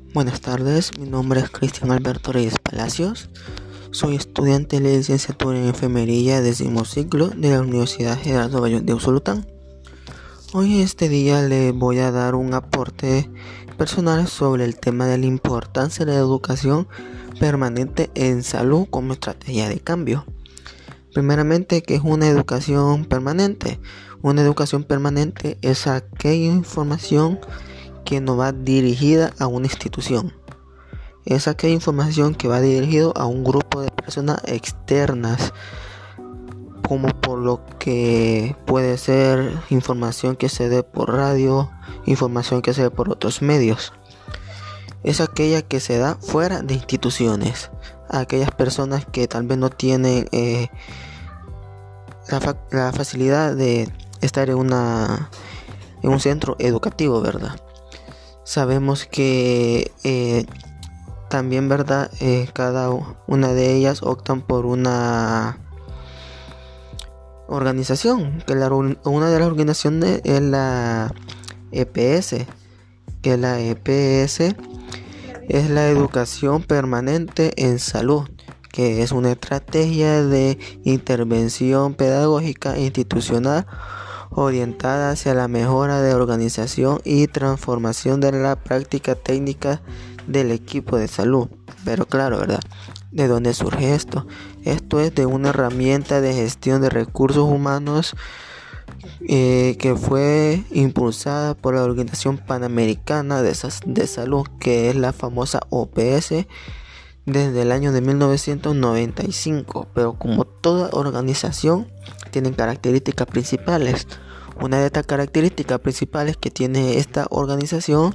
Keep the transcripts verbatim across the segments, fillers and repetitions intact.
Buenas tardes, mi nombre es Cristian Alberto Reyes Palacios. Soy estudiante de licenciatura en enfermería de décimo ciclo de la Universidad Gerardo Bayón de Usulután. Hoy este día les voy a dar un aporte personal sobre el tema de la importancia de la educación permanente en salud como estrategia de cambio. Primeramente, ¿qué es una educación permanente? Una educación permanente es aquella información que no va dirigida a una institución. Es aquella información que va dirigido a un grupo de personas externas, como por lo que puede ser información que se dé por radio, información que se dé por otros medios. Es aquella que se da fuera de instituciones, a aquellas personas que tal vez no tienen eh, la, fa- la facilidad de estar en una en un centro educativo, ¿verdad? Sabemos que eh, también, ¿verdad? Eh, cada una de ellas optan por una organización, que la, una de las organizaciones es la E P S, que la E P S es la Educación Permanente en Salud, que es una estrategia de intervención pedagógica e institucional orientada hacia la mejora de organización y transformación de la práctica técnica del equipo de salud. Pero claro, ¿verdad? ¿De dónde surge esto? Esto es de una herramienta de gestión de recursos humanos eh, que fue impulsada por la Organización Panamericana de, de Salud, que es la famosa O P S, desde el año de mil novecientos noventa y cinco, pero como toda organización tienen características principales. Una de estas características principales que tiene esta organización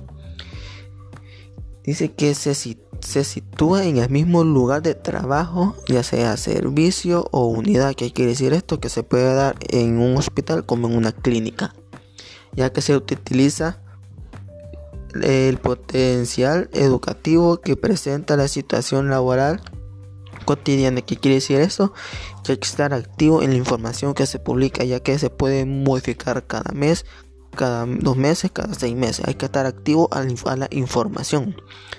dice que se, se sitúa en el mismo lugar de trabajo, ya sea servicio o unidad. ¿Qué quiere decir esto? Que se puede dar en un hospital como en una clínica, ya que se utiliza el potencial educativo que presenta la situación laboral cotidiana. ¿Qué quiere decir eso? Que hay que estar activo en la información que se publica, ya que se puede modificar cada mes, cada dos meses, cada seis meses. Hay que estar activo a la, a la información.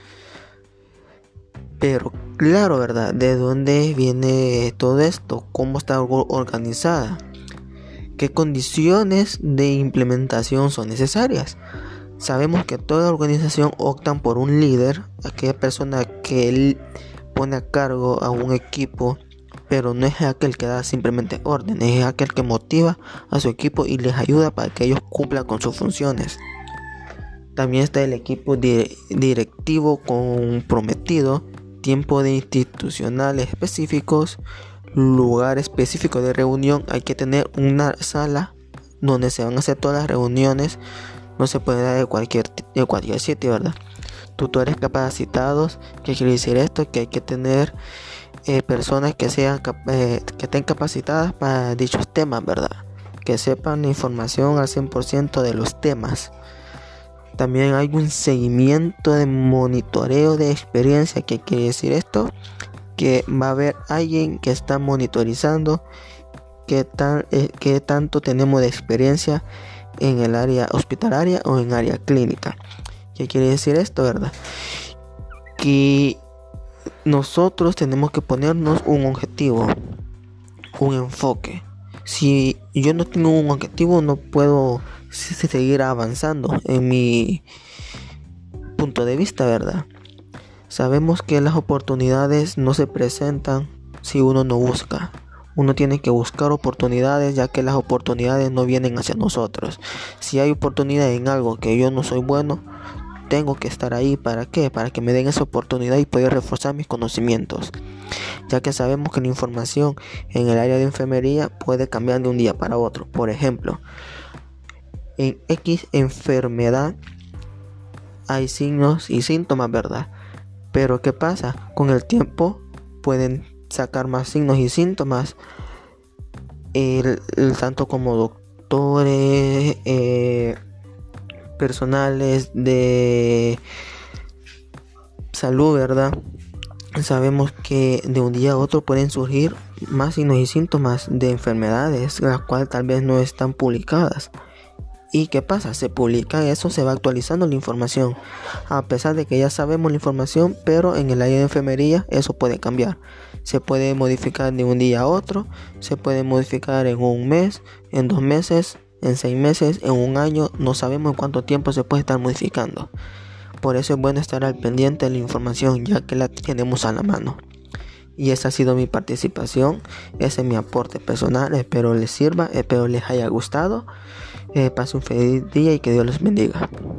Pero claro, ¿verdad? ¿De dónde viene todo esto? ¿Cómo está organizada? ¿Qué condiciones de implementación son necesarias? Sabemos que toda organización optan por un líder, aquella persona que pone a cargo a un equipo, pero no es aquel que da simplemente órdenes, es aquel que motiva a su equipo y les ayuda para que ellos cumplan con sus funciones. También está el equipo di- directivo comprometido, tiempo de institucionales específicos, lugar específico de reunión. Hay que tener una sala donde se van a hacer todas las reuniones. No se puede dar de cualquier, de cualquier sitio, ¿verdad? Tutores capacitados. ¿Qué quiere decir esto? Que hay que tener eh, personas que sean eh, que estén capacitadas para dichos temas, ¿verdad? Que sepan la información al cien por ciento de los temas. También hay un seguimiento de monitoreo de experiencia. ¿Qué quiere decir esto? Que va a haber alguien que está monitorizando qué, tan, eh, qué tanto tenemos de experiencia en el área hospitalaria o en área clínica. ¿Qué quiere decir esto, verdad? Que nosotros tenemos que ponernos un objetivo, un enfoque. Si yo no tengo un objetivo, no puedo seguir avanzando en mi punto de vista, ¿verdad? Sabemos que las oportunidades no se presentan si uno no busca. Uno tiene que buscar oportunidades, ya que las oportunidades no vienen hacia nosotros. Si hay oportunidad en algo que yo no soy bueno, tengo que estar ahí. ¿Para qué? Para que me den esa oportunidad y poder reforzar mis conocimientos. Ya que sabemos que la información en el área de enfermería puede cambiar de un día para otro. Por ejemplo, en X enfermedad hay signos y síntomas, ¿verdad? Pero ¿qué pasa? Con el tiempo pueden sacar más signos y síntomas, el, el, tanto como doctores, eh, personales de salud, ¿verdad? Sabemos que de un día a otro pueden surgir más signos y síntomas de enfermedades, las cuales tal vez no están publicadas. ¿Y qué pasa? Se publica eso, se va actualizando la información. A pesar de que ya sabemos la información, pero en el área de enfermería eso puede cambiar. Se puede modificar de un día a otro, se puede modificar en un mes, en dos meses, en seis meses, en un año. No sabemos en cuánto tiempo se puede estar modificando. Por eso es bueno estar al pendiente de la información, ya que la tenemos a la mano. Y esa ha sido mi participación, ese es mi aporte personal. Espero les sirva, espero les haya gustado. Eh, pase un feliz día y que Dios los bendiga.